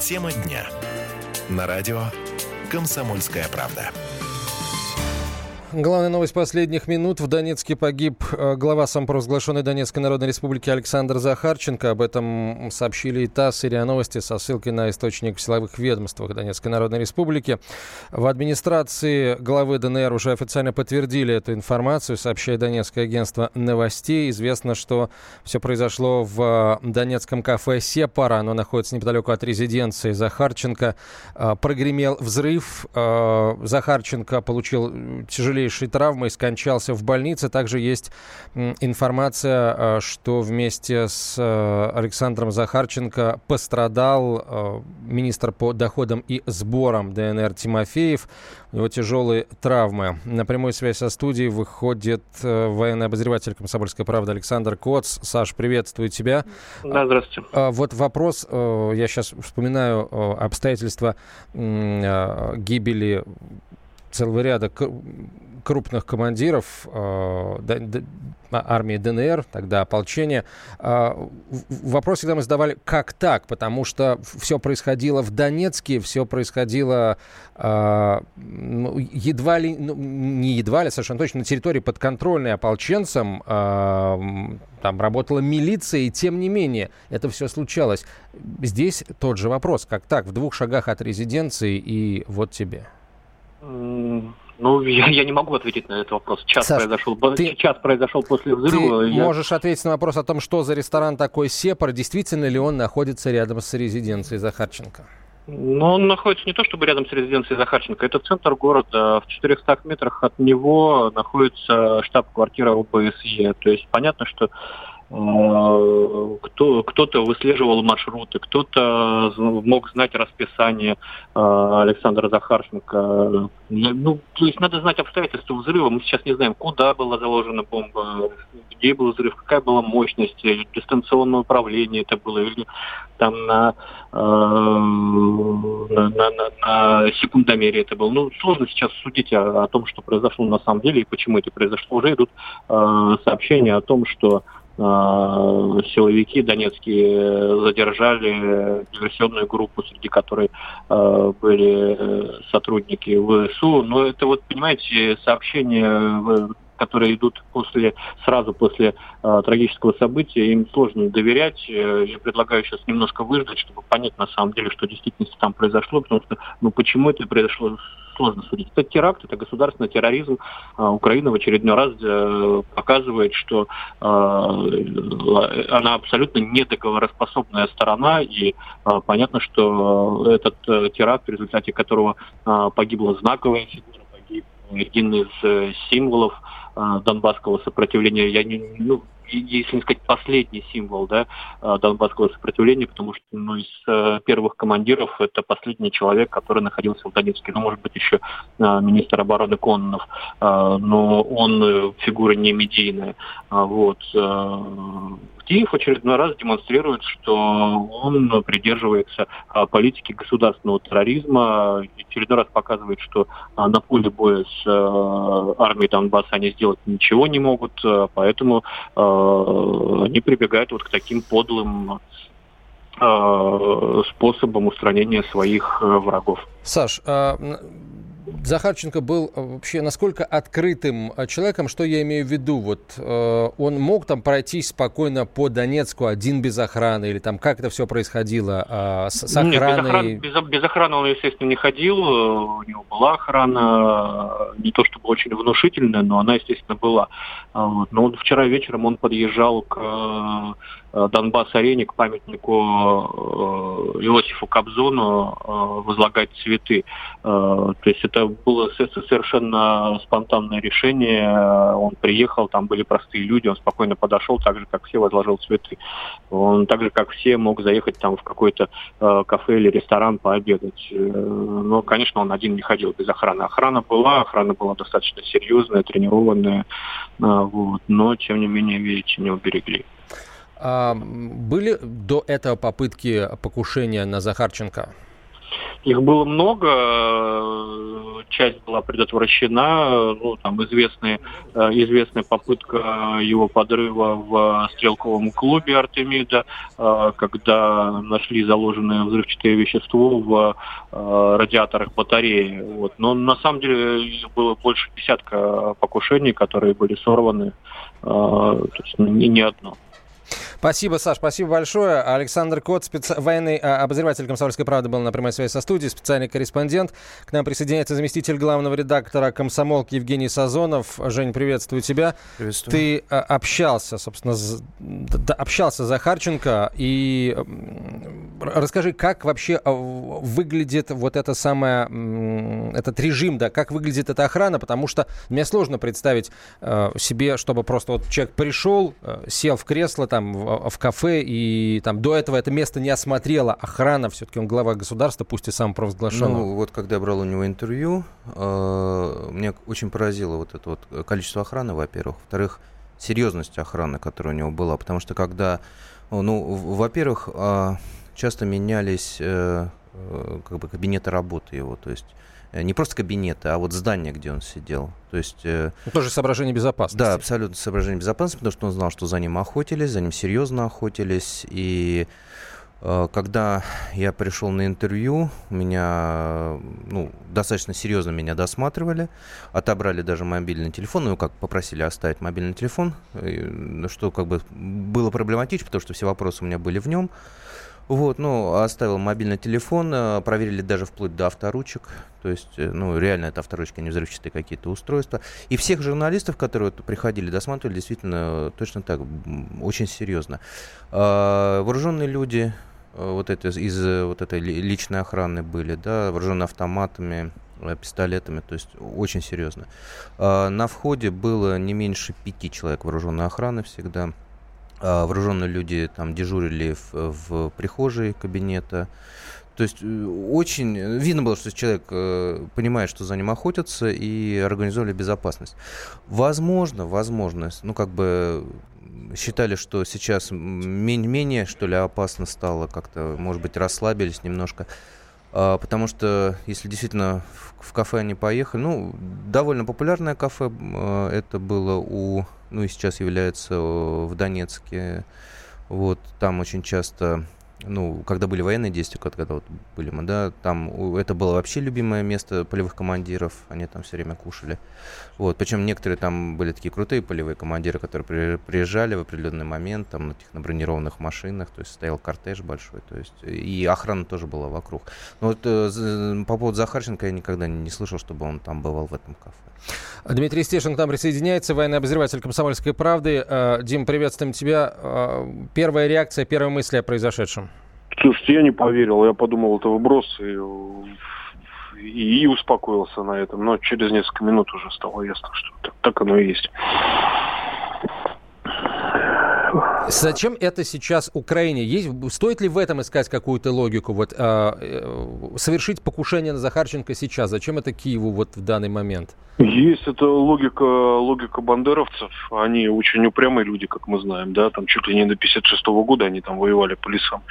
Тема дня. На радио «Комсомольская правда». Главная новость последних минут. В Донецке погиб глава самопровозглашенной Донецкой Народной Республики Александр Захарченко. Об этом сообщили и ТАСС, и РИА Новости со ссылкой на источник в силовых ведомствах Донецкой Народной Республики. В администрации главы ДНР уже официально подтвердили эту информацию, сообщает Донецкое агентство новостей. Известно, что все произошло в донецком кафе «Сепара». Оно находится неподалеку от резиденции Захарченко. Прогремел взрыв. Захарченко получил тяжелейшие травмы и скончался в больнице. Также есть информация, что вместе с Александром Захарченко пострадал министр по доходам и сборам ДНР Тимофеев. У него тяжелые травмы. На прямую связь со студией выходит военный обозреватель «Комсомольской правды» Александр Коц. Саш, приветствую тебя. Да, здравствуйте. Вот вопрос. Я сейчас вспоминаю обстоятельства гибели целого ряда крупных командиров армии ДНР, тогда ополчения. Вопрос всегда мы задавали, как так? Потому что все происходило в Донецке, все происходило едва ли, не едва ли, совершенно точно, на территории подконтрольной ополченцам. Там работала милиция, и тем не менее это все случалось. Здесь тот же вопрос, как так? В 2 шагах от резиденции, и вот тебе. Ну, я не могу ответить на этот вопрос. Час произошел после взрыва. Ты можешь ответить на вопрос о том, что за ресторан такой «Сепар», действительно ли он находится рядом с резиденцией Захарченко? Но он находится не то чтобы рядом с резиденцией Захарченко, это центр города. В 400 метрах от него находится штаб-квартира ОБСЕ. То есть понятно, что кто-то выслеживал маршруты, кто-то мог знать расписание Александра Захарченко. Ну, то есть надо знать обстоятельства взрыва. Мы сейчас не знаем, куда была заложена бомба, где был взрыв, какая была мощность, дистанционное управление это было, или там на секундомере это было. Ну, сложно сейчас судить о том, что произошло на самом деле и почему это произошло. Уже идут сообщения о том, что силовики донецкие задержали диверсионную группу, среди которой были сотрудники ВСУ. Но это вот, понимаете, сообщения, которые идут сразу после трагического события, им сложно доверять. Я предлагаю сейчас немножко выждать, чтобы понять на самом деле, что в действительности там произошло, потому что почему это произошло, сложно судить. Это теракт, это государственный терроризм. Украина в очередной раз показывает, что она абсолютно недоговороспособная сторона, и понятно, что этот теракт, в результате которого погибла знаковая фигура, погиб один из символов донбасского сопротивления, если не сказать последний символ, донбасского сопротивления, потому что из первых командиров это последний человек, который находился в Донецке. Может быть, еще министр обороны Кононов, но он фигура не медийная. Киев в очередной раз демонстрирует, что он придерживается политики государственного терроризма, и в очередной раз показывает, что на поле боя с армией Донбасса они сделать ничего не могут, поэтому они прибегают к таким подлым способам устранения своих врагов. Саш, Захарченко был вообще насколько открытым человеком, что я имею в виду? Он мог там пройтись спокойно по Донецку один без охраны, или там как это все происходило с охраной? Нет, без охраны он, естественно, не ходил, у него была охрана, не то чтобы очень внушительная, но она, естественно, была. Но вчера вечером он подъезжал к Донбасс-арене, к памятнику Иосифу Кобзону возлагать цветы. То есть это было совершенно спонтанное решение. Он приехал, там были простые люди, он спокойно подошел, так же, как все, возложил цветы. Он так же, как все, мог заехать там в какой-то кафе или ресторан пообедать. Но, конечно, он один не ходил без охраны. Охрана была достаточно серьезная, тренированная, но, тем не менее, видите, не уберегли. Были до этого попытки покушения на Захарченко? Их было много, часть была предотвращена, там известная попытка его подрыва в стрелковом клубе Артемида, когда нашли заложенное взрывчатое вещество в радиаторах батареи. Но на самом деле было больше десятка покушений, которые были сорваны, то есть не одно. Спасибо, Саш, спасибо большое. Александр Кот, военный обозреватель «Комсомольской правды», был на прямой связи со студией, специальный корреспондент. К нам присоединяется заместитель главного редактора «Комсомолки» Евгений Сазонов. Жень, приветствую тебя. Приветствую. Ты общался с Захарченко, и расскажи, как вообще выглядит вот это самое, этот режим, да, как выглядит эта охрана, потому что мне сложно представить себе, чтобы просто вот человек пришел, сел в кресло там в кафе, и там до этого это место не осмотрела охрана, все-таки он глава государства, пусть и самопровозглашенного. Вот когда я брал у него интервью, меня очень поразило вот это вот количество охраны, во-первых. Во-вторых, серьезность охраны, которая у него была, потому что когда, во-первых, часто менялись кабинеты работы его, то есть не просто кабинеты, а вот здание, где он сидел. То есть, тоже соображение безопасности. Да, абсолютно соображение безопасности, потому что он знал, что за ним охотились, за ним серьезно охотились. И когда я пришел на интервью, меня достаточно серьезно меня досматривали, отобрали даже мобильный телефон, попросили оставить мобильный телефон, что было проблематично, потому что все вопросы у меня были в нем. Оставил мобильный телефон, проверили даже вплоть до авторучек, то есть, реально это авторучки, не взрывчатые какие-то устройства. И всех журналистов, которые приходили, досматривали, действительно, точно так, очень серьезно. Вооруженные люди, из этой личной охраны были, да, вооруженные автоматами, пистолетами, то есть очень серьезно. На входе было не меньше 5 человек вооруженной охраны всегда. Вооруженные люди там дежурили в прихожей кабинета. То есть очень видно было, что человек понимает, что за ним охотятся, и организовали безопасность. Возможно, считали, что сейчас менее, что ли, опасно стало, как-то, может быть, расслабились немножко. Потому что, если действительно в кафе они поехали, довольно популярное кафе, это было и сейчас является в Донецке. Там очень часто, когда были военные действия, когда были мы, да, там это было вообще любимое место полевых командиров, они там все время кушали. Причем некоторые там были такие крутые полевые командиры, которые приезжали в определенный момент там на бронированных машинах, то есть стоял кортеж большой, то есть и охрана тоже была вокруг. По поводу Захарченко я никогда не слышал, чтобы он там бывал в этом кафе. Дмитрий Стешин к нам присоединяется, военный обозреватель «Комсомольской правды». Дим, приветствуем тебя. Первая реакция, первые мысли о произошедшем. Слушайте, я не поверил, я подумал, это вброс, и успокоился на этом. Но через несколько минут уже стало ясно, что так оно и есть. Зачем это сейчас Украине? Стоит ли в этом искать какую-то логику? Совершить покушение на Захарченко сейчас. Зачем это Киеву в данный момент? Есть эта логика бандеровцев. Они очень упрямые люди, как мы знаем, да, там чуть ли не до 56-го года они там воевали по лесам.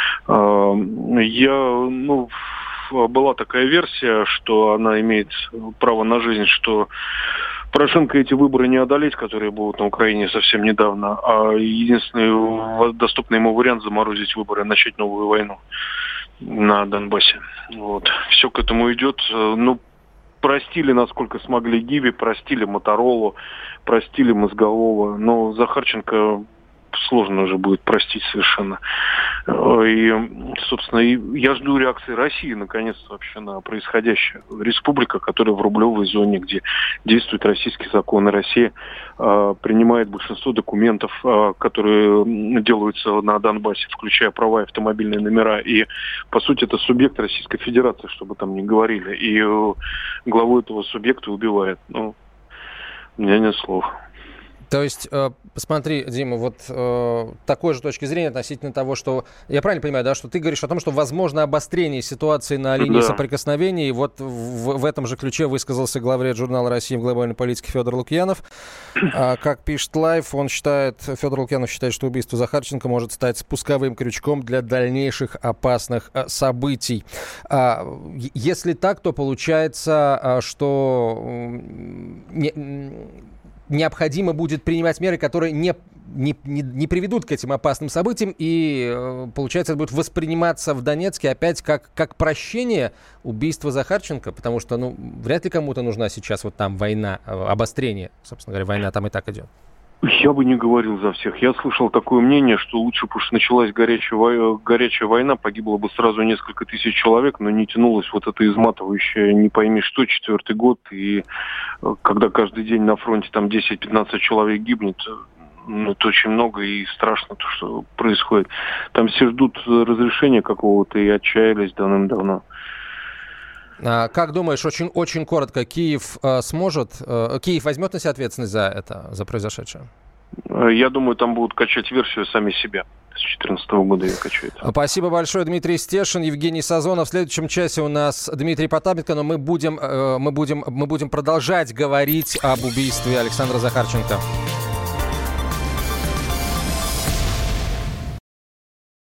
Была такая версия, что она имеет право на жизнь, что Порошенко эти выборы не одолеть, которые будут на Украине совсем недавно, а единственный доступный ему вариант — заморозить выборы, начать новую войну на Донбассе. Все к этому идет. Простили, насколько смогли, Гиви, простили Моторолу, простили Мозголова, но Захарченко сложно уже будет простить совершенно. И, собственно, я жду реакции России, наконец-то, вообще на происходящее. Республика, которая в рублевой зоне, где действуют российские законы, Россия принимает большинство документов, которые делаются на Донбассе, включая права и автомобильные номера. И, по сути, это субъект Российской Федерации, чтобы там ни говорили. И главу этого субъекта убивает. У меня нет слов. То есть, смотри, Дима, вот такой же точки зрения относительно того, что... Я правильно понимаю, да, что ты говоришь о том, что возможно обострение ситуации на линии соприкосновения, и вот в этом же ключе высказался главред журнала «Россия в глобальной политике» Федор Лукьянов. Как пишет Life, Федор Лукьянов считает, что убийство Захарченко может стать спусковым крючком для дальнейших опасных событий. Если так, то получается, что необходимо будет принимать меры, которые не приведут к этим опасным событиям, и, получается, это будет восприниматься в Донецке опять как прощение убийства Захарченко, потому что, вряд ли кому-то нужна сейчас вот там война, обострение, собственно говоря, война там и так идет. Я бы не говорил за всех. Я слышал такое мнение, что лучше бы уж началась горячая война, погибло бы сразу несколько тысяч человек, но не тянулось вот это изматывающее, не пойми что, 4-й год, и когда каждый день на фронте там 10-15 человек гибнет, это очень много и страшно то, что происходит. Там все ждут разрешения какого-то и отчаялись давным-давно. Как думаешь, очень коротко, Киев возьмет на себя ответственность за произошедшее? Я думаю, там будут качать версию сами себя. С 2014 года ее качают. Спасибо большое, Дмитрий Стешин, Евгений Сазонов. В следующем часе у нас Дмитрий Потапенко, но мы будем продолжать говорить об убийстве Александра Захарченко.